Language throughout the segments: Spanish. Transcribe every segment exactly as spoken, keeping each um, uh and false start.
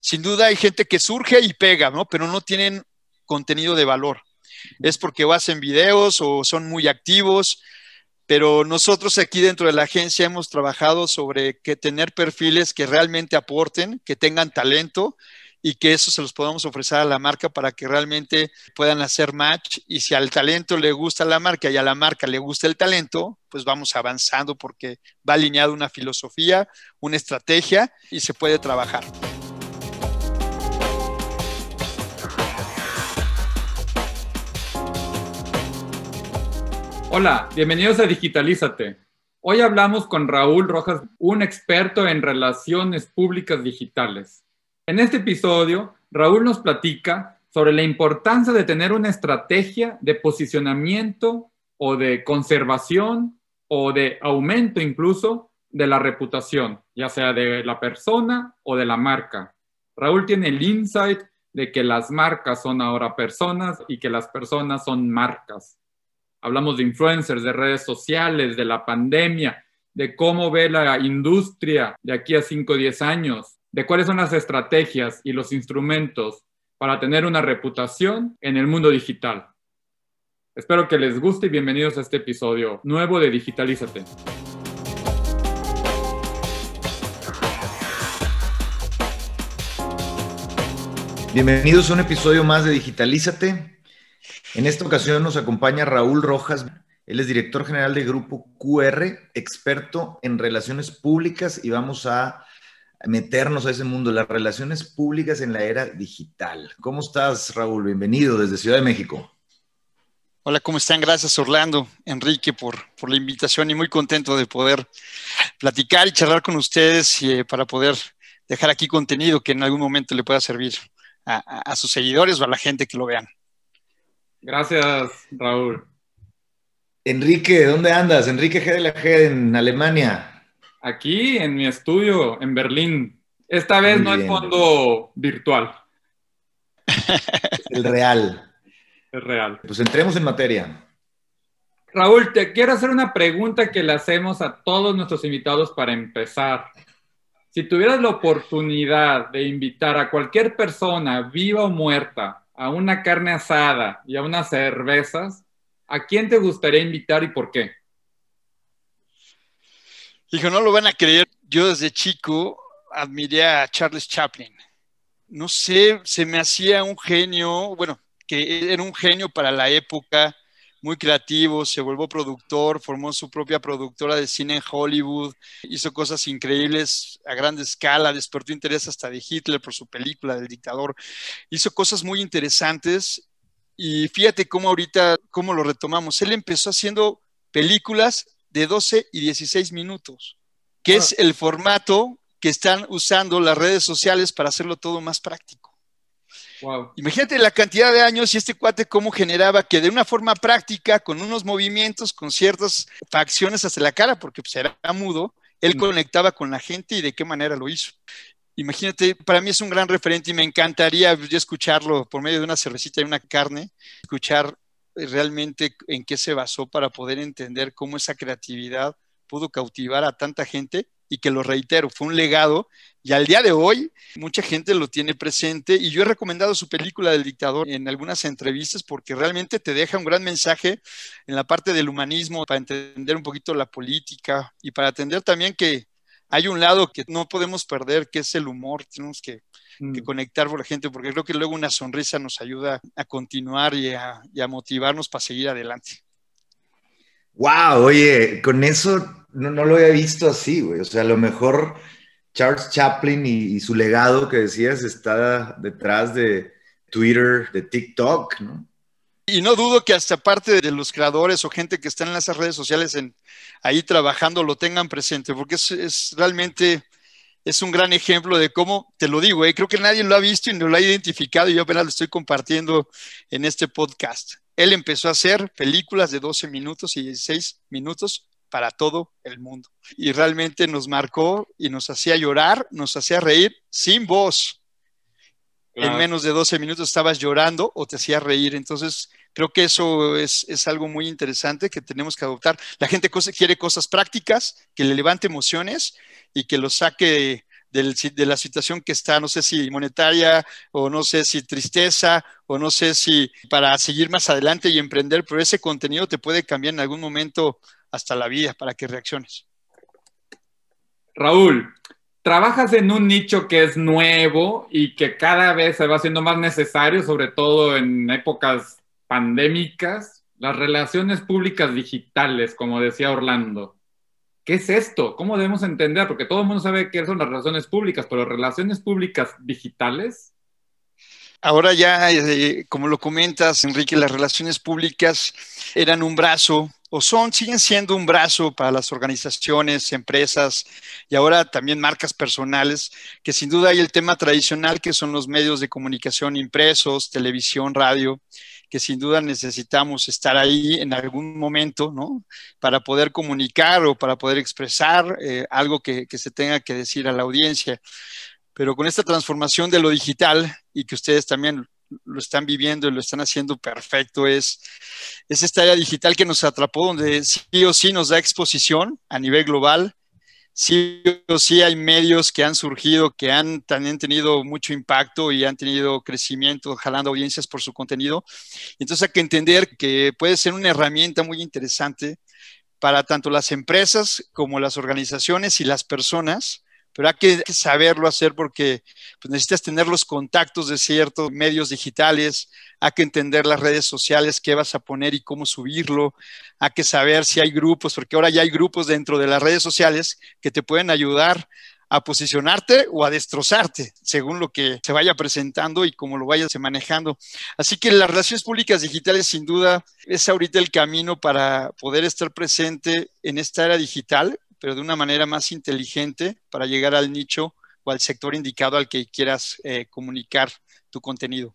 Sin duda hay gente que surge y pega, ¿no? Pero no tienen contenido de valor. Es porque o hacen videos o son muy activos, pero nosotros aquí dentro de la agencia hemos trabajado sobre que tener perfiles que realmente aporten, que tengan talento y que eso se los podamos ofrecer a la marca para que realmente puedan hacer match. Y si al talento le gusta la marca y a la marca le gusta el talento, pues vamos avanzando porque va alineado una filosofía, una estrategia y se puede trabajar. Hola, bienvenidos a Digitalízate. Hoy hablamos con Raúl Rojas, un experto en relaciones públicas digitales. En este episodio, Raúl nos platica sobre la importancia de tener una estrategia de posicionamiento o de conservación o de aumento incluso de la reputación, ya sea de la persona o de la marca. Raúl tiene el insight de que las marcas son ahora personas y que las personas son marcas. Hablamos de influencers, de redes sociales, de la pandemia, de cómo ve la industria de aquí a cinco o diez años, de cuáles son las estrategias y los instrumentos para tener una reputación en el mundo digital. Espero que les guste y bienvenidos a este episodio nuevo de Digitalízate. Bienvenidos a un episodio más de Digitalízate. En esta ocasión nos acompaña Raúl Rojas. Él es director general de Grupo Q R, experto en relaciones públicas, y vamos a meternos a ese mundo, las relaciones públicas en la era digital. ¿Cómo estás, Raúl? Bienvenido desde Ciudad de México. Hola, ¿cómo están? Gracias, Orlando, Enrique, por, por la invitación y muy contento de poder platicar y charlar con ustedes y, eh, para poder dejar aquí contenido que en algún momento le pueda servir a, a, a sus seguidores o a la gente que lo vean. Gracias, Raúl. Enrique, ¿dónde andas? Enrique G. de la G en Alemania. Aquí en mi estudio en Berlín. Esta vez Muy no bien. es fondo virtual. Es el real. Es real. Pues entremos en materia. Raúl, te quiero hacer una pregunta que le hacemos a todos nuestros invitados para empezar. Si tuvieras la oportunidad de invitar a cualquier persona, viva o muerta, a una carne asada y a unas cervezas, ¿a quién te gustaría invitar y por qué? Hijo, no lo van a creer. Yo desde chico admiré a Charles Chaplin. No sé, se me hacía un genio, bueno, que era un genio para la época, muy creativo, se volvió productor, formó su propia productora de cine en Hollywood, hizo cosas increíbles a gran escala, despertó interés hasta de Hitler por su película del dictador, hizo cosas muy interesantes y fíjate cómo ahorita, cómo lo retomamos. Él empezó haciendo películas de doce y dieciséis minutos, que es el formato que están usando las redes sociales para hacerlo todo más práctico. Wow. Imagínate la cantidad de años y este cuate cómo generaba que de una forma práctica, con unos movimientos, con ciertas facciones hacia la cara, porque pues era mudo, él mm. conectaba con la gente y de qué manera lo hizo. Imagínate, para mí es un gran referente y me encantaría yo escucharlo por medio de una cervecita y una carne, escuchar realmente en qué se basó para poder entender cómo esa creatividad pudo cautivar a tanta gente y que, lo reitero, fue un legado y al día de hoy mucha gente lo tiene presente y yo he recomendado su película del dictador en algunas entrevistas porque realmente te deja un gran mensaje en la parte del humanismo para entender un poquito la política y para entender también que hay un lado que no podemos perder, que es el humor. Tenemos que, mm. que conectar con la gente porque creo que luego una sonrisa nos ayuda a continuar y a, y a motivarnos para seguir adelante. Wow, oye, con eso no, no lo había visto así, güey. O sea, a lo mejor Charles Chaplin y, y su legado que decías está detrás de Twitter, de TikTok, ¿no? Y no dudo que hasta parte de los creadores o gente que está en esas redes sociales en, ahí trabajando lo tengan presente, porque es, es realmente es un gran ejemplo de cómo, te lo digo, eh, creo que nadie lo ha visto y no lo ha identificado y yo apenas lo estoy compartiendo en este podcast. Él empezó a hacer películas de doce minutos y dieciséis minutos para todo el mundo. Y realmente nos marcó y nos hacía llorar, nos hacía reír sin voz. Claro. En menos de doce minutos estabas llorando o te hacía reír. Entonces, creo que eso es, es algo muy interesante que tenemos que adoptar. La gente cosa, quiere cosas prácticas, que le levante emociones y que lo saque del, de la situación que está, no sé si monetaria, o no sé si tristeza, o no sé si para seguir más adelante y emprender, pero ese contenido te puede cambiar en algún momento hasta la vida para que reacciones. Raúl, trabajas en un nicho que es nuevo y que cada vez se va haciendo más necesario, sobre todo en épocas pandémicas, las relaciones públicas digitales, como decía Orlando. ¿Qué es esto? ¿Cómo debemos entender? Porque todo el mundo sabe qué son las relaciones públicas, pero relaciones públicas digitales. Ahora ya, eh, como lo comentas, Enrique, las relaciones públicas eran un brazo, o son, siguen siendo un brazo para las organizaciones, empresas y ahora también marcas personales, que sin duda hay el tema tradicional que son los medios de comunicación impresos, televisión, radio, que sin duda necesitamos estar ahí en algún momento, ¿no? Para poder comunicar o para poder expresar eh, algo que, que se tenga que decir a la audiencia. Pero con esta transformación de lo digital y que ustedes también lo están viviendo y lo están haciendo perfecto, es, es esta área digital que nos atrapó, donde sí o sí nos da exposición a nivel global. Sí o sí hay medios que han surgido, que han también tenido mucho impacto y han tenido crecimiento, jalando audiencias por su contenido. Entonces hay que entender que puede ser una herramienta muy interesante para tanto las empresas como las organizaciones y las personas, pero hay que saberlo hacer porque pues, necesitas tener los contactos de ciertos medios digitales, hay que entender las redes sociales, qué vas a poner y cómo subirlo, hay que saber si hay grupos, porque ahora ya hay grupos dentro de las redes sociales que te pueden ayudar a posicionarte o a destrozarte, según lo que se vaya presentando y cómo lo vayas manejando. Así que las relaciones públicas digitales, sin duda, es ahorita el camino para poder estar presente en esta era digital, pero de una manera más inteligente para llegar al nicho o al sector indicado al que quieras eh, comunicar tu contenido.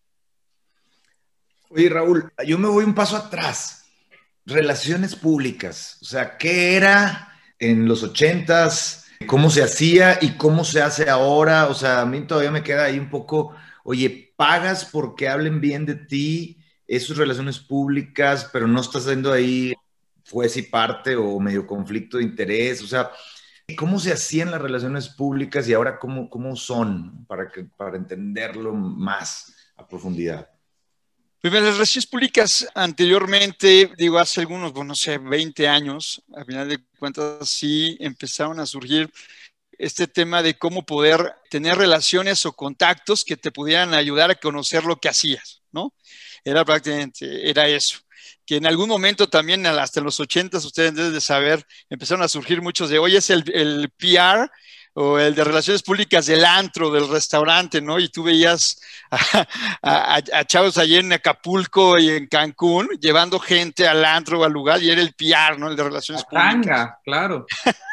Oye, Raúl, yo me voy un paso atrás. Relaciones públicas, o sea, ¿qué era en los ochentas? ¿Cómo se hacía y cómo se hace ahora? O sea, a mí todavía me queda ahí un poco, oye, pagas porque hablen bien de ti, esas relaciones públicas, pero no estás haciendo ahí juez y parte o medio conflicto de interés. O sea, ¿cómo se hacían las relaciones públicas y ahora cómo, cómo son para, que, para entenderlo más a profundidad? Pues las relaciones públicas anteriormente, digo, hace algunos, bueno, no sé, veinte años, a final de cuentas sí empezaron a surgir este tema de cómo poder tener relaciones o contactos que te pudieran ayudar a conocer lo que hacías, ¿no? Era prácticamente, era eso. Que en algún momento también, hasta los ochentas, ustedes deben de saber, empezaron a surgir muchos de, oye, es el, el P R o el de relaciones públicas del antro, del restaurante, ¿no? Y tú veías a, a, a chavos allí en Acapulco y en Cancún llevando gente al antro o al lugar y era el P R, ¿no? El de relaciones La tanga, públicas. Claro.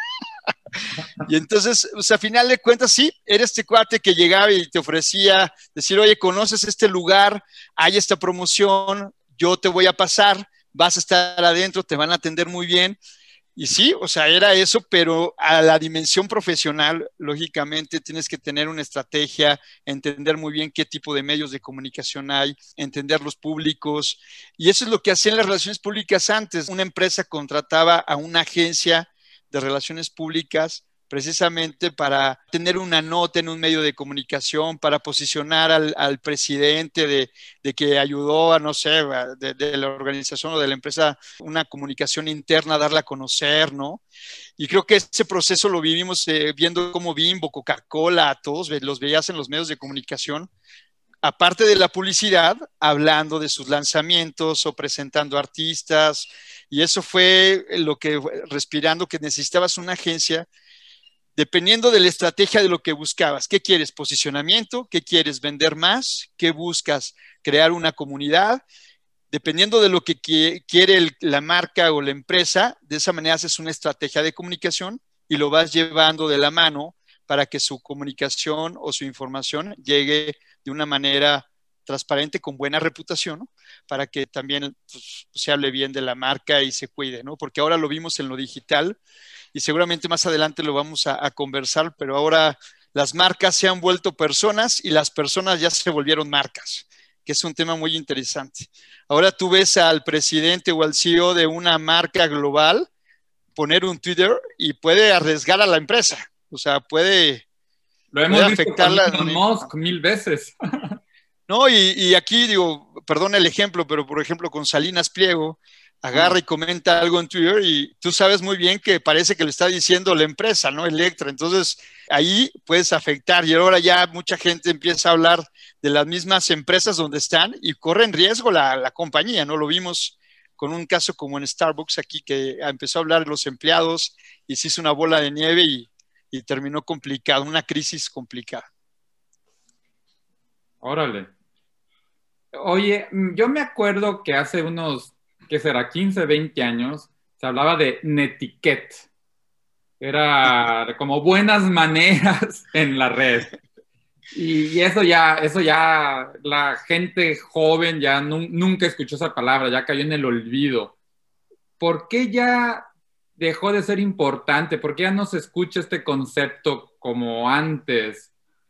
Y entonces, o sea, a final de cuentas, sí, era este cuate que llegaba y te ofrecía decir, oye, ¿conoces este lugar? Hay esta promoción, yo te voy a pasar, vas a estar adentro, te van a atender muy bien. Y sí, o sea, era eso, pero a la dimensión profesional, lógicamente, tienes que tener una estrategia, entender muy bien qué tipo de medios de comunicación hay, entender los públicos. Y eso es lo que hacían las relaciones públicas antes. Una empresa contrataba a una agencia de relaciones públicas precisamente para tener una nota en un medio de comunicación, para posicionar al, al presidente de, de que ayudó a, no sé, de, de la organización o de la empresa, una comunicación interna, darla a conocer, ¿no? Y creo que ese proceso lo vivimos eh, viendo cómo Bimbo, Coca-Cola, a todos los veías en los medios de comunicación, aparte de la publicidad, hablando de sus lanzamientos o presentando artistas, y eso fue lo que, respirando, que necesitabas una agencia dependiendo de la estrategia de lo que buscabas. ¿Qué quieres? Posicionamiento. ¿Qué quieres? Vender más. ¿Qué buscas? Crear una comunidad. Dependiendo de lo que quiere el, la marca o la empresa, de esa manera haces una estrategia de comunicación y lo vas llevando de la mano para que su comunicación o su información llegue de una manera transparente, con buena reputación, ¿no? Para que también pues, se hable bien de la marca y se cuide, ¿no? Porque ahora lo vimos en lo digital y seguramente más adelante lo vamos a, a conversar, pero ahora las marcas se han vuelto personas y las personas ya se volvieron marcas, que es un tema muy interesante. Ahora tú ves al presidente o al C E O de una marca global poner un Twitter y puede arriesgar a la empresa, o sea, puede Lo hemos puede visto afectar con la Elon Musk mil veces. No, y, y aquí digo, perdón el ejemplo, pero por ejemplo con Salinas Pliego, agarra y comenta algo en Twitter y tú sabes muy bien que parece que lo está diciendo la empresa, ¿no? Electra. Entonces ahí puedes afectar y ahora ya mucha gente empieza a hablar de las mismas empresas donde están y corre en riesgo la, la compañía, ¿no? Lo vimos con un caso como en Starbucks aquí que empezó a hablar de los empleados y se hizo una bola de nieve y, y terminó complicado, una crisis complicada. Órale. Oye, yo me acuerdo que hace unos, ¿qué será? quince, veinte años, se hablaba de netiquette. Era como buenas maneras en la red. Y, y eso ya, eso ya, la gente joven ya nu- nunca escuchó esa palabra, ya cayó en el olvido. ¿Por qué ya dejó de ser importante? ¿Por qué ya no se escucha este concepto como antes?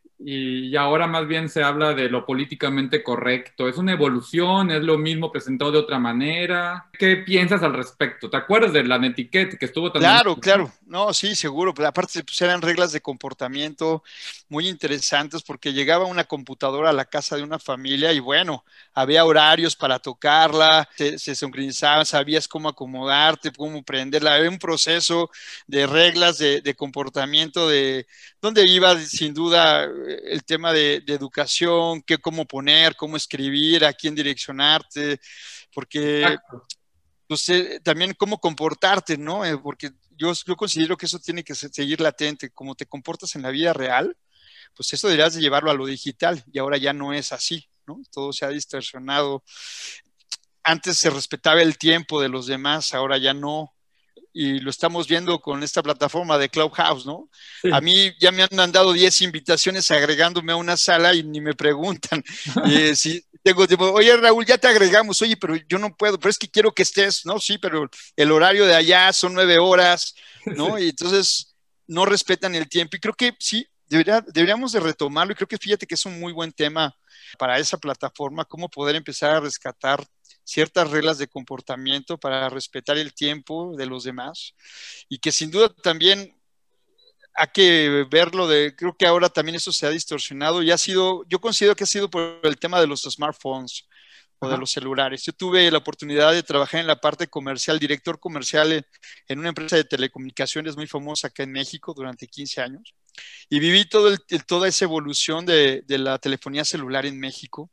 Y ahora más bien se habla de lo políticamente correcto. ¿Es una evolución? ¿Es lo mismo presentado de otra manera? ¿Qué piensas al respecto? ¿Te acuerdas de la netiquette que estuvo también? Claro, claro. No, sí, seguro. Pero aparte, pues eran reglas de comportamiento muy interesantes porque llegaba una computadora a la casa de una familia y bueno, había horarios para tocarla, se, se sincronizaban, sabías cómo acomodarte, cómo prenderla. Había un proceso de reglas de, de comportamiento de donde iba sin duda el tema de, de educación, qué, cómo poner, cómo escribir, a quién direccionarte, porque Exacto. pues, eh, también cómo comportarte, ¿no? Eh, porque yo, yo considero que eso tiene que seguir latente, como te comportas en la vida real, pues eso deberías de llevarlo a lo digital y ahora ya no es así, ¿no? Todo se ha distorsionado. Antes se respetaba el tiempo de los demás, ahora ya no. Y lo estamos viendo con esta plataforma de Clubhouse, ¿no? A Sí. mí ya me han mandado diez invitaciones agregándome a una sala y ni me preguntan eh, si tengo tiempo. Oye, Raúl, ya te agregamos. Oye, pero yo no puedo, pero es que quiero que estés, ¿no? Sí, pero el horario de allá son nueve horas, ¿no? Sí. Y entonces no respetan el tiempo. Y creo que sí, debería, deberíamos de retomarlo. Y creo que fíjate que es un muy buen tema para esa plataforma, cómo poder empezar a rescatar ciertas reglas de comportamiento para respetar el tiempo de los demás y que sin duda también hay que verlo de, creo que ahora también eso se ha distorsionado y ha sido, yo considero que ha sido por el tema de los smartphones o de Ajá. los celulares. Yo tuve la oportunidad de trabajar en la parte comercial, director comercial en, en una empresa de telecomunicaciones muy famosa acá en México durante quince años y viví todo el, toda esa evolución de, de la telefonía celular en México.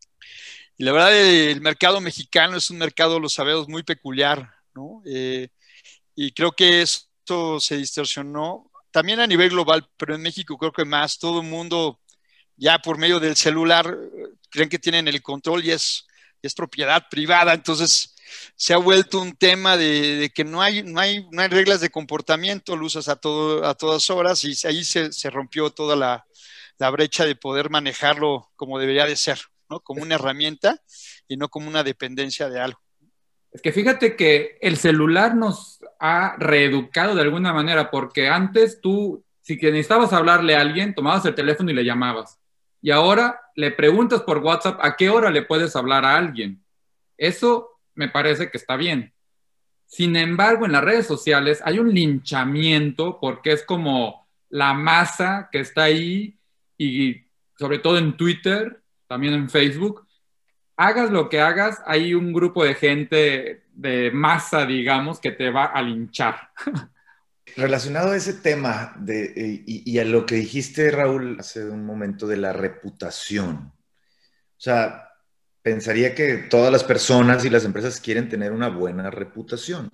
Y la verdad, el mercado mexicano es un mercado, lo sabemos, muy peculiar, ¿no? Eh, y creo que esto se distorsionó también a nivel global, pero en México creo que más, todo el mundo ya por medio del celular creen que tienen el control y es, es propiedad privada, entonces se ha vuelto un tema de, de que no hay, no, hay, no hay reglas de comportamiento, lo usas a, todo, a todas horas y ahí se, se rompió toda la, la brecha de poder manejarlo como debería de ser, ¿no? Como una herramienta y no como una dependencia de algo. Es que fíjate que el celular nos ha reeducado de alguna manera, porque antes tú, si necesitabas hablarle a alguien, tomabas el teléfono y le llamabas. Y ahora le preguntas por WhatsApp a qué hora le puedes hablar a alguien. Eso me parece que está bien. Sin embargo, en las redes sociales hay un linchamiento porque es como la masa que está ahí y sobre todo en Twitter, también en Facebook. Hagas lo que hagas, hay un grupo de gente de masa, digamos, que te va a linchar. Relacionado a ese tema de, eh, y, y a lo que dijiste, Raúl, hace un momento de la reputación. O sea, pensaría que todas las personas y las empresas quieren tener una buena reputación.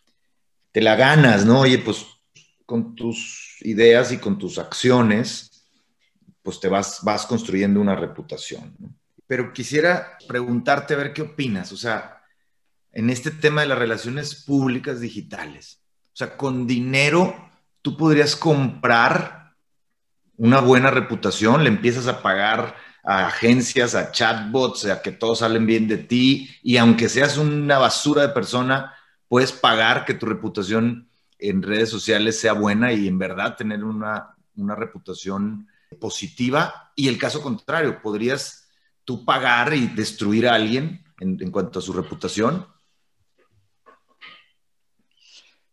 Te la ganas, ¿no? Oye, pues con tus ideas y con tus acciones, pues te vas, vas construyendo una reputación, ¿no? Pero quisiera preguntarte a ver qué opinas, o sea, en este tema de las relaciones públicas digitales. O sea, con dinero tú podrías comprar una buena reputación, le empiezas a pagar a agencias, a chatbots, a que todos salen bien de ti, y aunque seas una basura de persona, puedes pagar que tu reputación en redes sociales sea buena y en verdad tener una, una reputación positiva. Y el caso contrario, podrías tú pagar y destruir a alguien en, en cuanto a su reputación.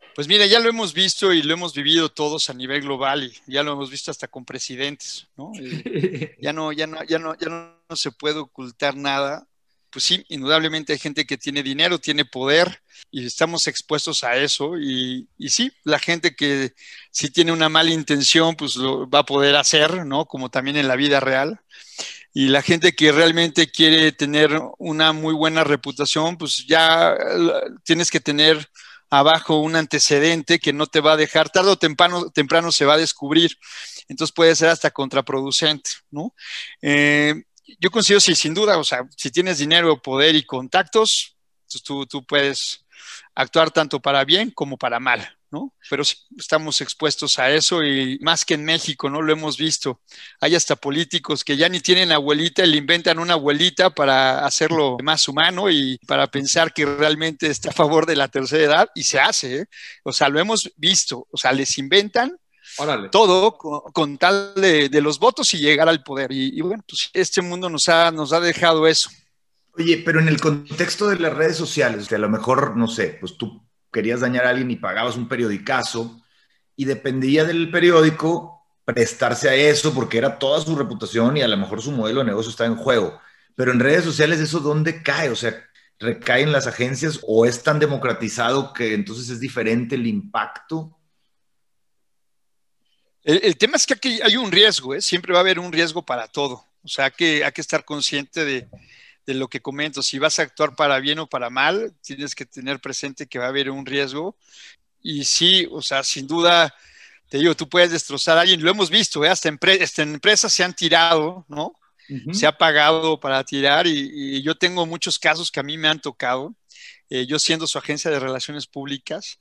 Pues mira, ya lo hemos visto y lo hemos vivido todos a nivel global y ya lo hemos visto hasta con presidentes, ¿no? Eh, ya no, ya no, ya no, ya no, no se puede ocultar nada. Pues sí, indudablemente hay gente que tiene dinero, tiene poder y estamos expuestos a eso y, y sí, la gente que sí tiene una mala intención, pues lo va a poder hacer, ¿no? Como también en la vida real. Y la gente que realmente quiere tener una muy buena reputación, pues ya tienes que tener abajo un antecedente que no te va a dejar, tarde o temprano, temprano se va a descubrir, entonces puede ser hasta contraproducente, ¿no? Eh, yo considero, sí, sin duda, o sea, si tienes dinero, poder y contactos, pues tú, tú puedes actuar tanto para bien como para mal, ¿no? Pero sí, estamos expuestos a eso y más que en México, ¿no? Lo hemos visto. Hay hasta políticos que ya ni tienen abuelita y le inventan una abuelita para hacerlo más humano y para pensar que realmente está a favor de la tercera edad y se hace, ¿eh? O sea, lo hemos visto. O sea, les inventan Órale. todo con, con tal de, de los votos y llegar al poder. Y, y bueno, pues este mundo nos ha, nos ha dejado eso. Oye, pero en el contexto de las redes sociales, que a lo mejor, no sé, pues tú querías dañar a alguien y pagabas un periodicazo y dependía del periódico prestarse a eso porque era toda su reputación y a lo mejor su modelo de negocio estaba en juego. Pero en redes sociales, ¿eso dónde cae? O sea, ¿recae en las agencias o es tan democratizado que entonces es diferente el impacto? El, el tema es que aquí hay un riesgo, ¿eh? Siempre va a haber un riesgo para todo. O sea, hay que, hay que estar consciente de, de lo que comento. Si vas a actuar para bien o para mal, tienes que tener presente que va a haber un riesgo. Y sí, o sea, sin duda, te digo, tú puedes destrozar a alguien. Lo hemos visto, ¿eh? Hasta, empre hasta empresas se han tirado, ¿no? Uh-huh. Se ha pagado para tirar y, y yo tengo muchos casos que a mí me han tocado. Eh, yo siendo su agencia de relaciones públicas,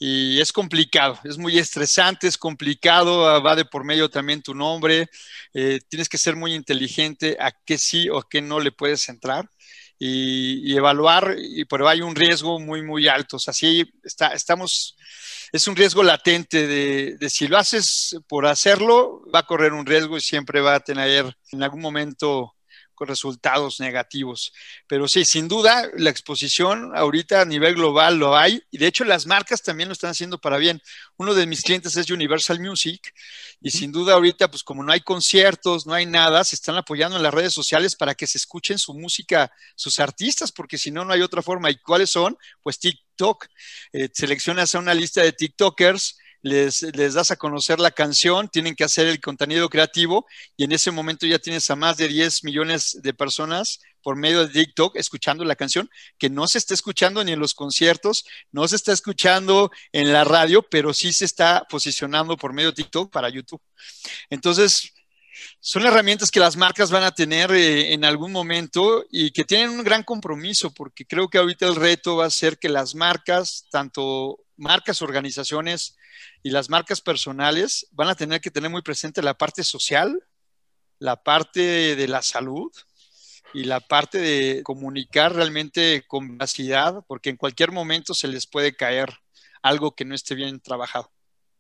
y es complicado, es muy estresante, es complicado, va de por medio también tu nombre, eh, tienes que ser muy inteligente a qué sí o a qué no le puedes entrar y, y evaluar, y, pero hay un riesgo muy, muy alto, o sea, sí está, estamos, es un riesgo latente de, de si lo haces por hacerlo, va a correr un riesgo y siempre va a tener en algún momento con resultados negativos. Pero sí, sin duda, la exposición ahorita a nivel global lo hay, y de hecho las marcas también lo están haciendo para bien. Uno de mis clientes es Universal Music, y sin duda ahorita, pues como no hay conciertos, no hay nada, se están apoyando en las redes sociales para que se escuchen su música, sus artistas, porque si no, no hay otra forma. ¿Y cuáles son? Pues TikTok. Eh, seleccionas a una lista de TikTokers, Les, les das a conocer la canción, tienen que hacer el contenido creativo y en ese momento ya tienes a más de diez millones de personas por medio de TikTok escuchando la canción, que no se está escuchando ni en los conciertos, no se está escuchando en la radio, pero sí se está posicionando por medio de TikTok para YouTube. Entonces, son herramientas que las marcas van a tener eh, en algún momento y que tienen un gran compromiso, porque creo que ahorita el reto va a ser que las marcas, tanto marcas, organizaciones y las marcas personales, van a tener que tener muy presente la parte social, la parte de la salud y la parte de comunicar realmente con veracidad, porque en cualquier momento se les puede caer algo que no esté bien trabajado.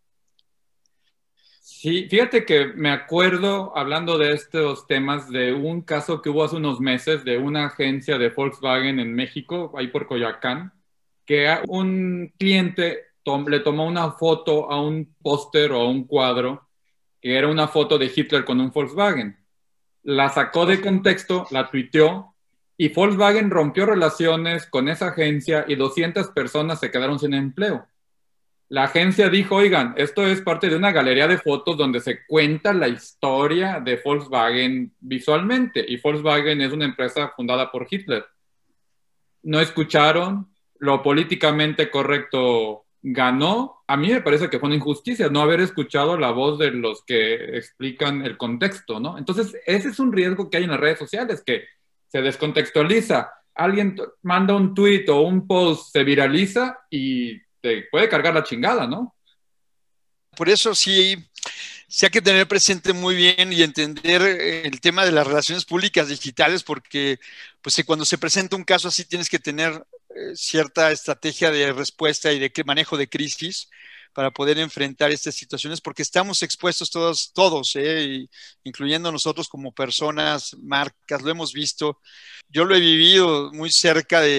Sí, fíjate que me acuerdo, hablando de estos temas, de un caso que hubo hace unos meses de una agencia de Volkswagen en México, ahí por Coyoacán, que a un cliente tom le tomó una foto a un póster o a un cuadro, que era una foto de Hitler con un Volkswagen. La sacó de contexto, la tuiteó, y Volkswagen rompió relaciones con esa agencia y doscientas personas se quedaron sin empleo. La agencia dijo, oigan, esto es parte de una galería de fotos donde se cuenta la historia de Volkswagen visualmente, y Volkswagen es una empresa fundada por Hitler. No escucharon, lo políticamente correcto ganó. A mí me parece que fue una injusticia no haber escuchado la voz de los que explican el contexto, ¿no? Entonces, ese es un riesgo que hay en las redes sociales, que se descontextualiza. Alguien manda un tweet o un post, se viraliza y te puede cargar la chingada, ¿no? Por eso sí, sí hay que tener presente muy bien y entender el tema de las relaciones públicas digitales, porque pues cuando se presenta un caso así tienes que tener eh, cierta estrategia de respuesta y de manejo de crisis para poder enfrentar estas situaciones, porque estamos expuestos todos, todos eh, incluyendo nosotros como personas, marcas, lo hemos visto. Yo lo he vivido muy cerca de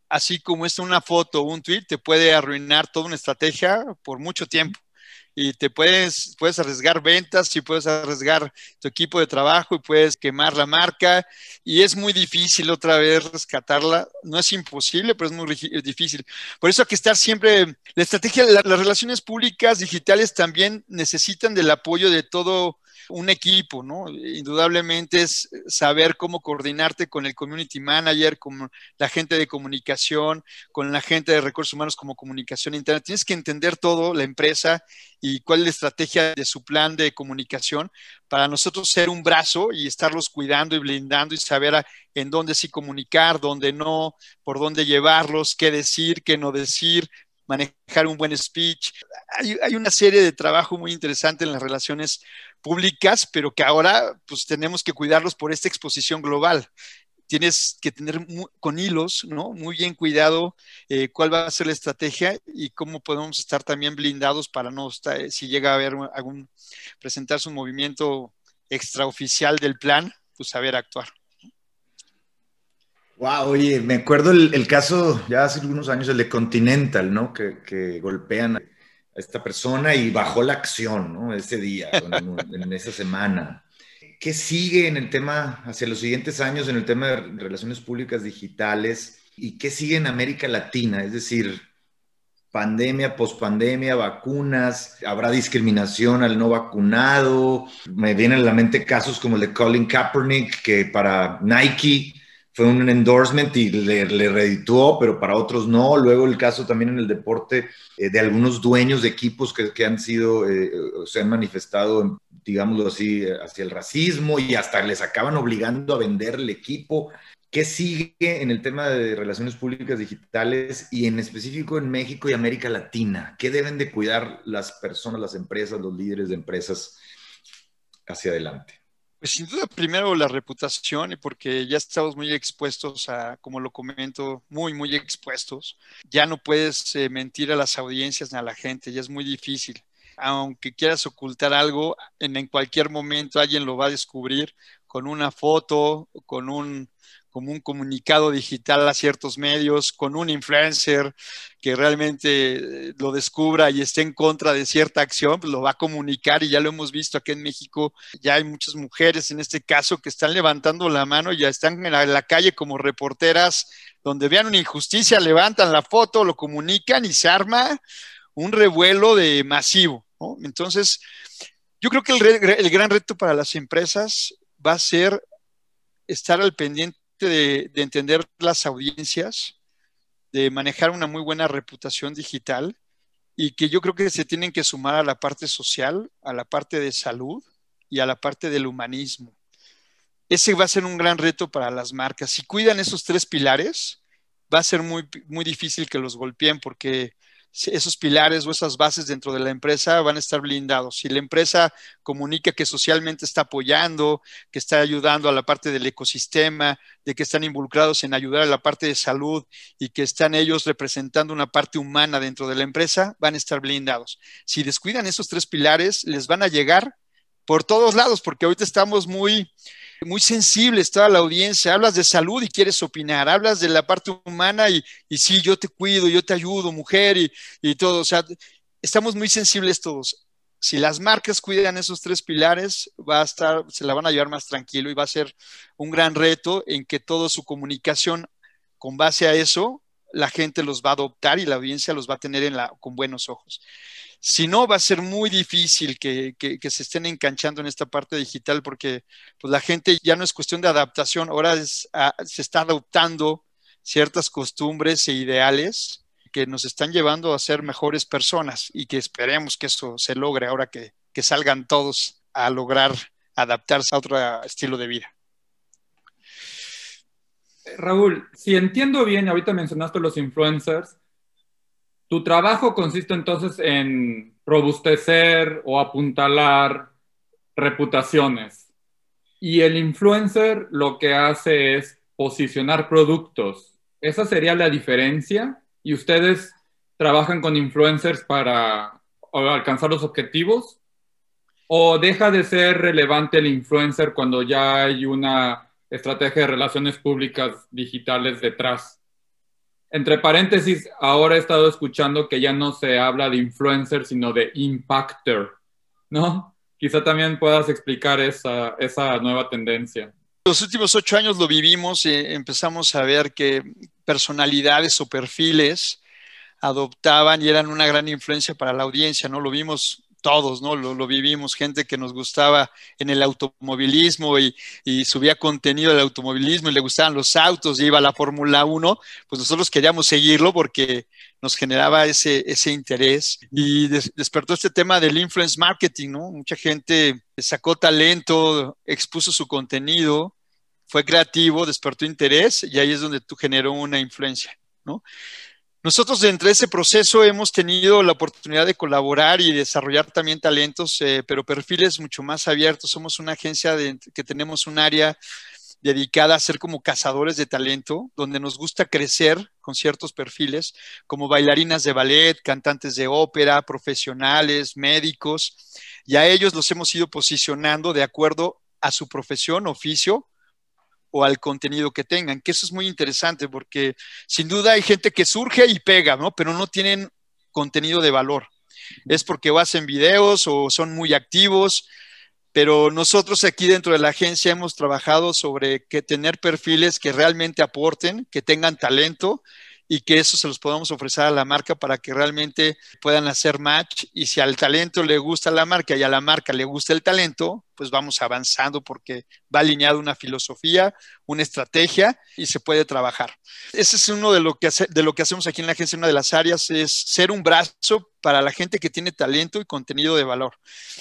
así como es una foto o un tweet, te puede arruinar toda una estrategia por mucho tiempo. Y te puedes, puedes arriesgar ventas y puedes arriesgar tu equipo de trabajo y puedes quemar la marca y es muy difícil otra vez rescatarla. No es imposible, pero es muy difícil. Por eso hay que estar siempre, la estrategia, la, las relaciones públicas digitales también necesitan del apoyo de todo un equipo, ¿no? Indudablemente es saber cómo coordinarte con el community manager, con la gente de comunicación, con la gente de recursos humanos como comunicación interna. Tienes que entender todo, la empresa y cuál es la estrategia de su plan de comunicación para nosotros ser un brazo y estarlos cuidando y blindando y saber a, en dónde sí comunicar, dónde no, por dónde llevarlos, qué decir, qué no decir, manejar un buen speech. Hay, hay una serie de trabajo muy interesante en las relaciones públicas, pero que ahora pues tenemos que cuidarlos por esta exposición global. Tienes que tener muy, con hilos, ¿no? Muy bien cuidado eh, cuál va a ser la estrategia y cómo podemos estar también blindados para no estar, eh, si llega a haber algún, presentarse un movimiento extraoficial del plan, pues saber actuar. Wow, oye, me acuerdo el, el caso ya hace algunos años, el de Continental, ¿no? Que, que golpean a esta persona y bajó la acción, ¿no? Ese día, en, en esa semana. ¿Qué sigue en el tema, hacia los siguientes años, en el tema de relaciones públicas digitales? ¿Y qué sigue en América Latina? Es decir, pandemia, pospandemia, vacunas, ¿habrá discriminación al no vacunado? Me vienen a la mente casos como el de Colin Kaepernick, que para Nike fue un endorsement y le, le redituó, pero para otros no. Luego el caso también en el deporte eh, de algunos dueños de equipos que, que han sido, eh, se han manifestado, digámoslo así, hacia el racismo y hasta les acaban obligando a vender el equipo. ¿Qué sigue en el tema de relaciones públicas digitales y en específico en México y América Latina? ¿Qué deben de cuidar las personas, las empresas, los líderes de empresas hacia adelante? Pues sin duda, primero la reputación, y porque ya estamos muy expuestos a, como lo comento, muy, muy expuestos. Ya no puedes eh, mentir a las audiencias ni a la gente, ya es muy difícil. Aunque quieras ocultar algo, en, en cualquier momento alguien lo va a descubrir con una foto, con un, como un comunicado digital a ciertos medios, con un influencer que realmente lo descubra y esté en contra de cierta acción, pues lo va a comunicar y ya lo hemos visto aquí en México. Ya hay muchas mujeres en este caso que están levantando la mano y ya están en la, en la calle como reporteras, donde vean una injusticia, levantan la foto, lo comunican y se arma un revuelo de masivo, ¿no? Entonces, yo creo que el, re, el gran reto para las empresas va a ser estar al pendiente de, de entender las audiencias, de manejar una muy buena reputación digital y que yo creo que se tienen que sumar a la parte social, a la parte de salud y a la parte del humanismo. Ese va a ser un gran reto para las marcas. Si cuidan esos tres pilares, va a ser muy, muy difícil que los golpeen porque esos pilares o esas bases dentro de la empresa van a estar blindados. Si la empresa comunica que socialmente está apoyando, que está ayudando a la parte del ecosistema, de que están involucrados en ayudar a la parte de salud y que están ellos representando una parte humana dentro de la empresa, van a estar blindados. Si descuidan esos tres pilares, les van a llegar por todos lados, porque ahorita estamos muy... muy sensibles toda la audiencia, hablas de salud y quieres opinar, hablas de la parte humana y, y sí, yo te cuido, yo te ayudo, mujer, y, y todo, o sea, estamos muy sensibles todos. Si las marcas cuidan esos tres pilares, va a estar, se la van a llevar más tranquilo y va a ser un gran reto en que toda su comunicación con base a eso, la gente los va a adoptar y la audiencia los va a tener en la, con buenos ojos. Si no, va a ser muy difícil que, que, que se estén enganchando en esta parte digital porque pues, la gente ya no es cuestión de adaptación, ahora es, a, se está adoptando ciertas costumbres e ideales que nos están llevando a ser mejores personas y que esperemos que eso se logre ahora que, que salgan todos a lograr adaptarse a otro estilo de vida. Raúl, si entiendo bien, ahorita mencionaste los influencers, tu trabajo consiste entonces en robustecer o apuntalar reputaciones. Y el influencer lo que hace es posicionar productos. ¿Esa sería la diferencia? ¿Y ustedes trabajan con influencers para alcanzar los objetivos? ¿O deja de ser relevante el influencer cuando ya hay una estrategia de relaciones públicas digitales detrás? Entre paréntesis, ahora he estado escuchando que ya no se habla de influencer, sino de impactor, ¿no? Quizá también puedas explicar esa, esa nueva tendencia. Los últimos ocho años lo vivimos, eh, empezamos a ver que personalidades o perfiles adoptaban y eran una gran influencia para la audiencia, ¿no? Lo vimos todos, ¿no? Lo, lo vivimos, gente que nos gustaba en el automovilismo y, y subía contenido del automovilismo y le gustaban los autos y iba a la Fórmula uno, pues nosotros queríamos seguirlo porque nos generaba ese, ese interés y des, despertó este tema del influence marketing, ¿no? Mucha gente sacó talento, expuso su contenido, fue creativo, despertó interés y ahí es donde tú generó una influencia, ¿no? Nosotros dentro de ese proceso hemos tenido la oportunidad de colaborar y desarrollar también talentos, eh, pero perfiles mucho más abiertos. Somos una agencia de, que tenemos un área dedicada a ser como cazadores de talento, donde nos gusta crecer con ciertos perfiles, como bailarinas de ballet, cantantes de ópera, profesionales, médicos, y a ellos los hemos ido posicionando de acuerdo a su profesión, oficio, o al contenido que tengan, que eso es muy interesante porque sin duda hay gente que surge y pega, ¿no? Pero no tienen contenido de valor. Es porque o hacen videos o son muy activos, pero nosotros aquí dentro de la agencia hemos trabajado sobre que tener perfiles que realmente aporten, que tengan talento y que eso se los podamos ofrecer a la marca para que realmente puedan hacer match. Y si al talento le gusta la marca y a la marca le gusta el talento, pues vamos avanzando porque va alineado una filosofía, una estrategia y se puede trabajar. Ese es uno de lo que, hace, de lo que hacemos aquí en la agencia, una de las áreas es ser un brazo para la gente que tiene talento y contenido de valor.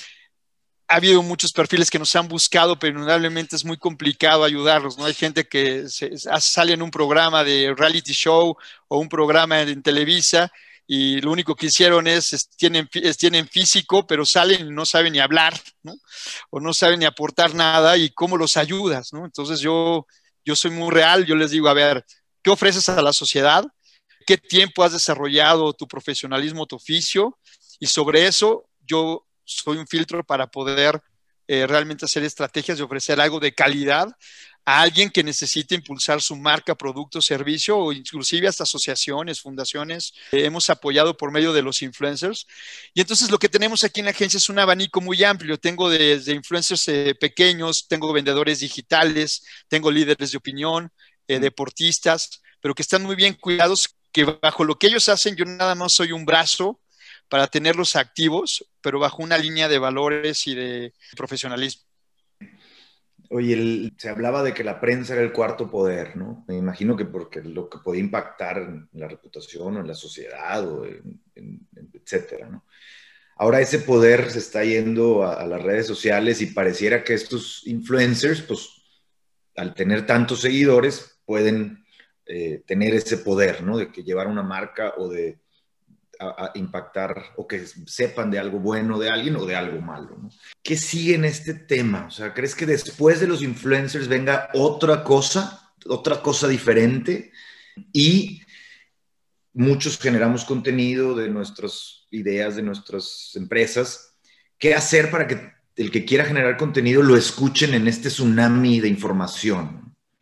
Ha habido muchos perfiles que nos han buscado, pero indudablemente es muy complicado ayudarlos, ¿no? Hay gente que se, sale en un programa de reality show o un programa en Televisa y lo único que hicieron es, es, tienen, es tienen físico, pero salen y no saben ni hablar, ¿no? O no saben ni aportar nada y cómo los ayudas, ¿no? Entonces yo, yo soy muy real, yo les digo, a ver, ¿qué ofreces a la sociedad? ¿Qué tiempo has desarrollado tu profesionalismo, tu oficio? Y sobre eso yo soy un filtro para poder eh, realmente hacer estrategias y ofrecer algo de calidad a alguien que necesite impulsar su marca, producto, servicio o inclusive hasta asociaciones, fundaciones. Eh, hemos apoyado por medio de los influencers. Y entonces lo que tenemos aquí en la agencia es un abanico muy amplio. Tengo desde influencers eh, pequeños, tengo vendedores digitales, tengo líderes de opinión, eh, deportistas, pero que están muy bien cuidados, que bajo lo que ellos hacen yo nada más soy un brazo para tenerlos activos, pero bajo una línea de valores y de profesionalismo. Oye, el, se hablaba de que la prensa era el cuarto poder, ¿no? Me imagino que porque lo que podía impactar en la reputación o en la sociedad, o en, en, etcétera, ¿no? Ahora ese poder se está yendo a, a las redes sociales y pareciera que estos influencers, pues, al tener tantos seguidores, pueden eh, tener ese poder, ¿no? De que llevar una marca o de A, a impactar o que sepan de algo bueno de alguien o de algo malo, ¿no? ¿Qué sigue en este tema? O sea, ¿crees que después de los influencers venga otra cosa, otra cosa diferente? Y muchos generamos contenido de nuestras ideas, de nuestras empresas. ¿Qué hacer para que el que quiera generar contenido lo escuchen en este tsunami de información?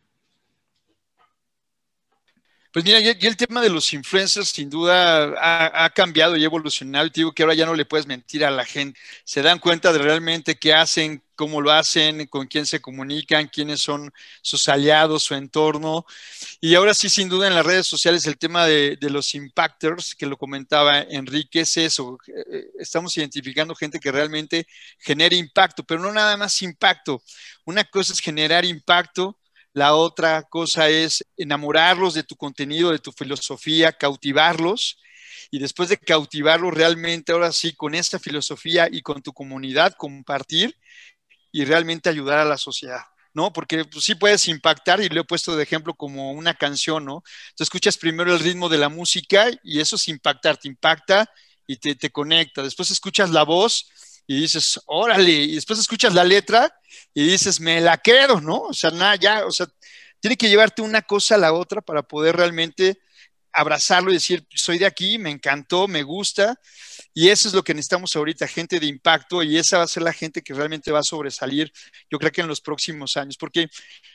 Pues mira, y el tema de los influencers sin duda ha, ha cambiado y evolucionado. Y te digo que ahora ya no le puedes mentir a la gente. Se dan cuenta de realmente qué hacen, cómo lo hacen, con quién se comunican, quiénes son sus aliados, su entorno. Y ahora sí, sin duda, en las redes sociales el tema de, de los impactors, que lo comentaba Enrique, es eso. Estamos identificando gente que realmente genere impacto, pero no nada más impacto. Una cosa es generar impacto. La otra cosa es enamorarlos de tu contenido, de tu filosofía, cautivarlos y después de cautivarlos realmente, ahora sí, con esta filosofía y con tu comunidad, compartir y realmente ayudar a la sociedad, ¿no? Porque pues, sí puedes impactar y lo he puesto de ejemplo como una canción, ¿no? Tú escuchas primero el ritmo de la música y eso es impactar, te impacta y te, te conecta. Después escuchas la voz y dices, órale, y después escuchas la letra y dices, me la quedo, ¿no? O sea, nada, ya, o sea, tiene que llevarte una cosa a la otra para poder realmente abrazarlo y decir, soy de aquí, me encantó, me gusta, y eso es lo que necesitamos ahorita, gente de impacto, y esa va a ser la gente que realmente va a sobresalir, yo creo que en los próximos años, porque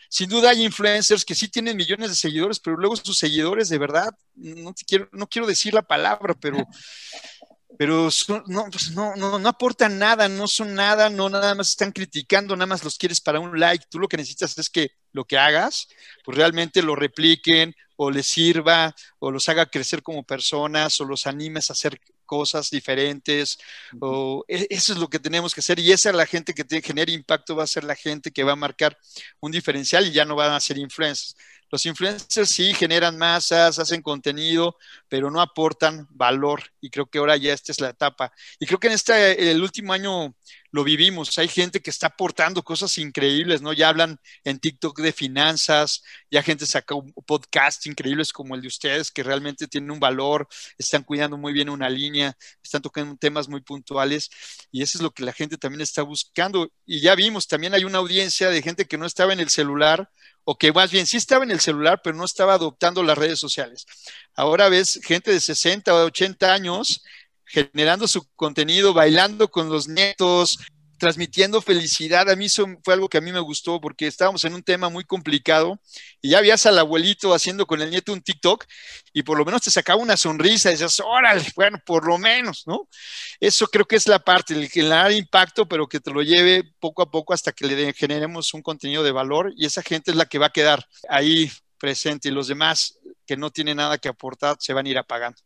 Sin duda hay influencers que sí tienen millones de seguidores, pero luego sus seguidores de verdad, no, te quiero, no quiero decir la palabra, pero, pero son, no, pues no, no, no aportan nada, no son nada, no nada más están criticando, nada más los quieres para un like. Tú lo que necesitas es que lo que hagas, pues realmente lo repliquen o les sirva o los haga crecer como personas o los animes a hacer cosas diferentes, o eso es lo que tenemos que hacer, y esa es la gente que te genera impacto, va a ser la gente que va a marcar un diferencial y ya no van a ser influencers. Los influencers sí generan masas, hacen contenido, pero no aportan valor, y creo que ahora ya esta es la etapa, y creo que en este, el último año lo vivimos, hay gente que está aportando cosas increíbles, ¿no? Ya hablan en TikTok de finanzas, ya gente saca un podcast increíbles como el de ustedes, que realmente tienen un valor, están cuidando muy bien una línea, están tocando temas muy puntuales, y eso es lo que la gente también está buscando, y ya vimos, también hay una audiencia de gente que no estaba en el celular, o que más bien sí estaba en el celular, pero no estaba adoptando las redes sociales. Ahora ves gente de sesenta o ochenta años generando su contenido, bailando con los nietos, transmitiendo felicidad. A mí eso fue algo que a mí me gustó, porque estábamos en un tema muy complicado y ya veías al abuelito haciendo con el nieto un TikTok y por lo menos te sacaba una sonrisa y decías, órale, bueno, por lo menos, ¿no? Eso creo que es la parte, el generar impacto, pero que te lo lleve poco a poco hasta que le generemos un contenido de valor, y esa gente es la que va a quedar ahí presente, y los demás que no tienen nada que aportar se van a ir apagando.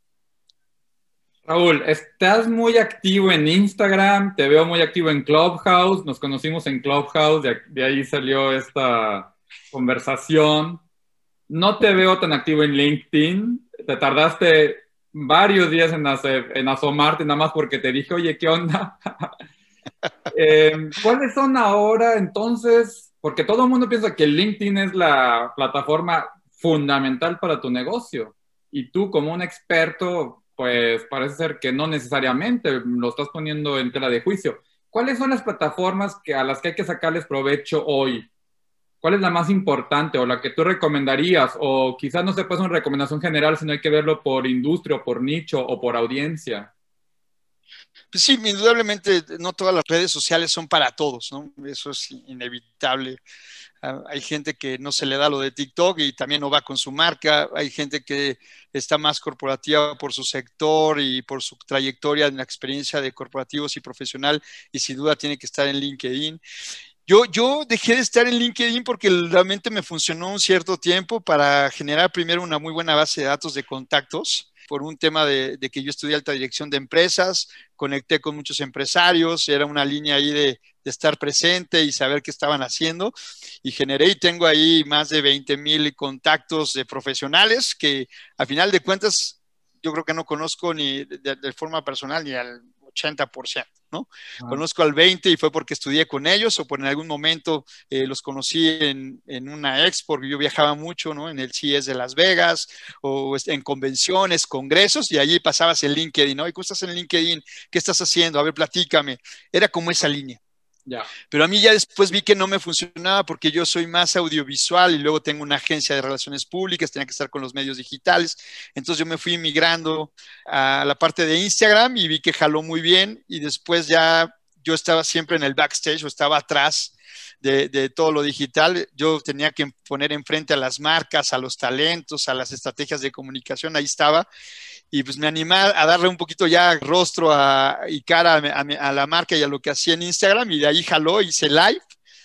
Raúl, estás muy activo en Instagram, te veo muy activo en Clubhouse, nos conocimos en Clubhouse, de, de ahí salió esta conversación. No te veo tan activo en LinkedIn, te tardaste varios días en, hacer, en asomarte nada más porque te dije, oye, ¿qué onda? eh, ¿Cuáles son ahora entonces? Porque todo el mundo piensa que LinkedIn es la plataforma fundamental para tu negocio, y tú como un experto, pues parece ser que no necesariamente lo estás poniendo en tela de juicio. ¿Cuáles son las plataformas que, a las que hay que sacarles provecho hoy? ¿Cuál es la más importante o la que tú recomendarías? O quizás no se pasa una recomendación general, sino hay que verlo por industria o por nicho o por audiencia. Pues sí, indudablemente no todas las redes sociales son para todos, ¿no? Eso es inevitable. Uh, hay gente que no se le da lo de TikTok y también no va con su marca. Hay gente que está más corporativa por su sector y por su trayectoria en la experiencia de corporativos y profesional, y sin duda tiene que estar en LinkedIn. Yo, yo dejé de estar en LinkedIn porque realmente me funcionó un cierto tiempo para generar primero una muy buena base de datos de contactos, por un tema de, de que yo estudié alta dirección de empresas, conecté con muchos empresarios, era una línea ahí de, de estar presente y saber qué estaban haciendo, y generé y tengo ahí más de veinte mil contactos de profesionales que a final de cuentas yo creo que no conozco ni de, de forma personal ni al ochenta por ciento, ¿no? Ah. Conozco al veinte y fue porque estudié con ellos o por en algún momento eh, los conocí en, en una expo, porque yo viajaba mucho, ¿no? En el C E S de Las Vegas o en convenciones, congresos, y allí pasabas el LinkedIn, ¿no? ¿Y cómo estás en LinkedIn? ¿Qué estás haciendo? A ver, platícame. Era como esa línea. Yeah. Pero a mí ya después vi que no me funcionaba porque yo soy más audiovisual y luego tengo una agencia de relaciones públicas, tenía que estar con los medios digitales. Entonces yo me fui migrando a la parte de Instagram y vi que jaló muy bien, y después ya yo estaba siempre en el backstage o estaba atrás de, de todo lo digital. Yo tenía que poner enfrente a las marcas, a los talentos, a las estrategias de comunicación, ahí estaba. Y pues me animé a darle un poquito ya rostro a, y cara a, a, a la marca y a lo que hacía en Instagram, y de ahí jaló, hice live,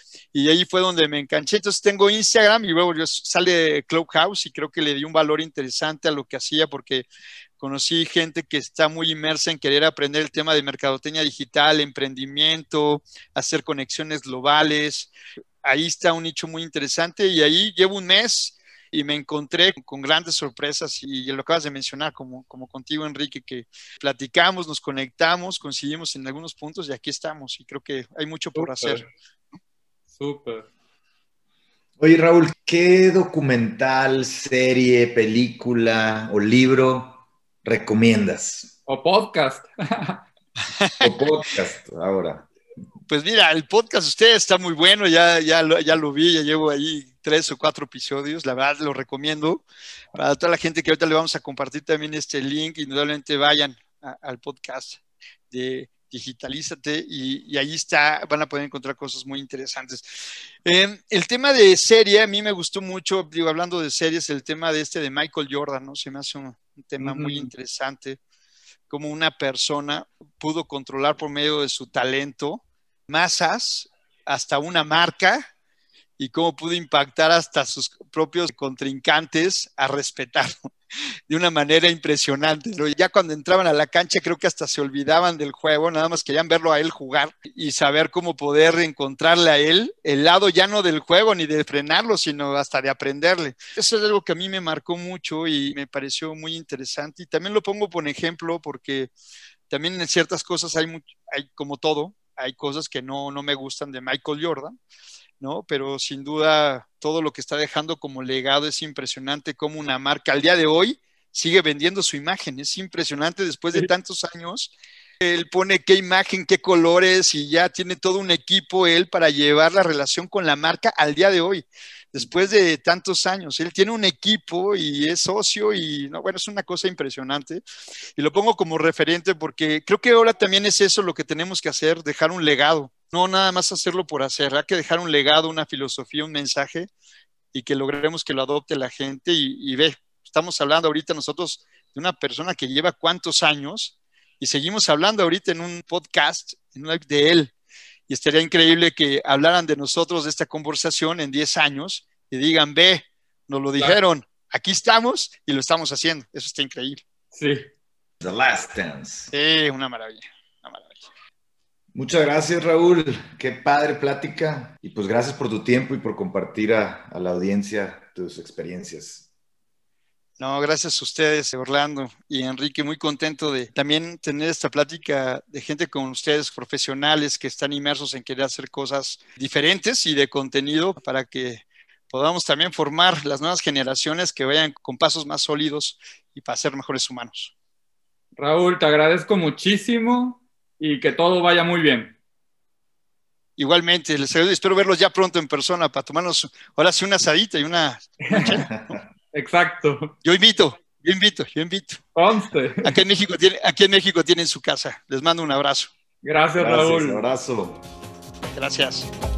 y ahí fue donde me enganché. Entonces tengo Instagram y luego yo sale Clubhouse, y creo que le di un valor interesante a lo que hacía porque conocí gente que está muy inmersa en querer aprender el tema de mercadotecnia digital, emprendimiento, hacer conexiones globales. Ahí está un nicho muy interesante, y ahí llevo un mes y me encontré con grandes sorpresas, y lo acabas de mencionar, como, como contigo, Enrique, que platicamos, nos conectamos, coincidimos en algunos puntos y aquí estamos, y creo que hay mucho por hacer. Súper. Oye, Raúl, ¿qué documental, serie, película o libro recomiendas? O podcast. O podcast, ahora. Pues mira, el podcast usted está muy bueno, ya, ya, lo, ya lo vi, ya llevo ahí tres o cuatro episodios, la verdad lo recomiendo. Para toda la gente que ahorita le vamos a compartir también este link, indudablemente vayan a, al podcast de Digitalízate, y, y ahí está, van a poder encontrar cosas muy interesantes. Eh, el tema de serie, a mí me gustó mucho, digo, hablando de series, el tema de este de Michael Jordan, ¿no? Se me hace un, un tema mm-hmm. muy interesante, cómo una persona pudo controlar por medio de su talento masas hasta una marca, y cómo pudo impactar hasta sus propios contrincantes a respetarlo de una manera impresionante, ¿no? Ya cuando entraban a la cancha creo que hasta se olvidaban del juego, nada más querían verlo a él jugar y saber cómo poder encontrarle a él el lado ya no del juego ni de frenarlo, sino hasta de aprenderle. Eso es algo que a mí me marcó mucho y me pareció muy interesante, y también lo pongo por ejemplo porque también en ciertas cosas hay, mucho, hay como todo, hay cosas que no, no me gustan de Michael Jordan, ¿no? Pero sin duda todo lo que está dejando como legado es impresionante, como una marca al día de hoy sigue vendiendo su imagen, es impresionante después de tantos años. Él pone qué imagen, qué colores, y ya tiene todo un equipo él para llevar la relación con la marca al día de hoy, después de tantos años. Él tiene un equipo y es socio y, no, bueno, es una cosa impresionante. Y lo pongo como referente porque creo que ahora también es eso lo que tenemos que hacer, dejar un legado. No nada más hacerlo por hacer, hay que dejar un legado, una filosofía, un mensaje, y que logremos que lo adopte la gente. Y, y ve, estamos hablando ahorita nosotros de una persona que lleva cuántos años, y seguimos hablando ahorita en un podcast, en un live de él, y estaría increíble que hablaran de nosotros, de esta conversación en diez años, y digan, ve, nos lo dijeron, aquí estamos y lo estamos haciendo. Eso está increíble. Sí. The Last Dance. Sí, una maravilla, una maravilla. Muchas gracias, Raúl. Qué padre plática. Y pues gracias por tu tiempo y por compartir a, a la audiencia tus experiencias. No, gracias a ustedes, Orlando y Enrique. Muy contento de también tener esta plática de gente como ustedes, profesionales que están inmersos en querer hacer cosas diferentes y de contenido para que podamos también formar las nuevas generaciones que vayan con pasos más sólidos y para ser mejores humanos. Raúl, te agradezco muchísimo y que todo vaya muy bien. Igualmente, les saludo y espero verlos ya pronto en persona para tomarnos ahora sí una asadita y una... ¿no? Exacto. Yo invito, yo invito, yo invito. Conste. Aquí en México, tiene, aquí en México tienen su casa. Les mando un abrazo. Gracias, Gracias, Raúl. Un abrazo. Gracias.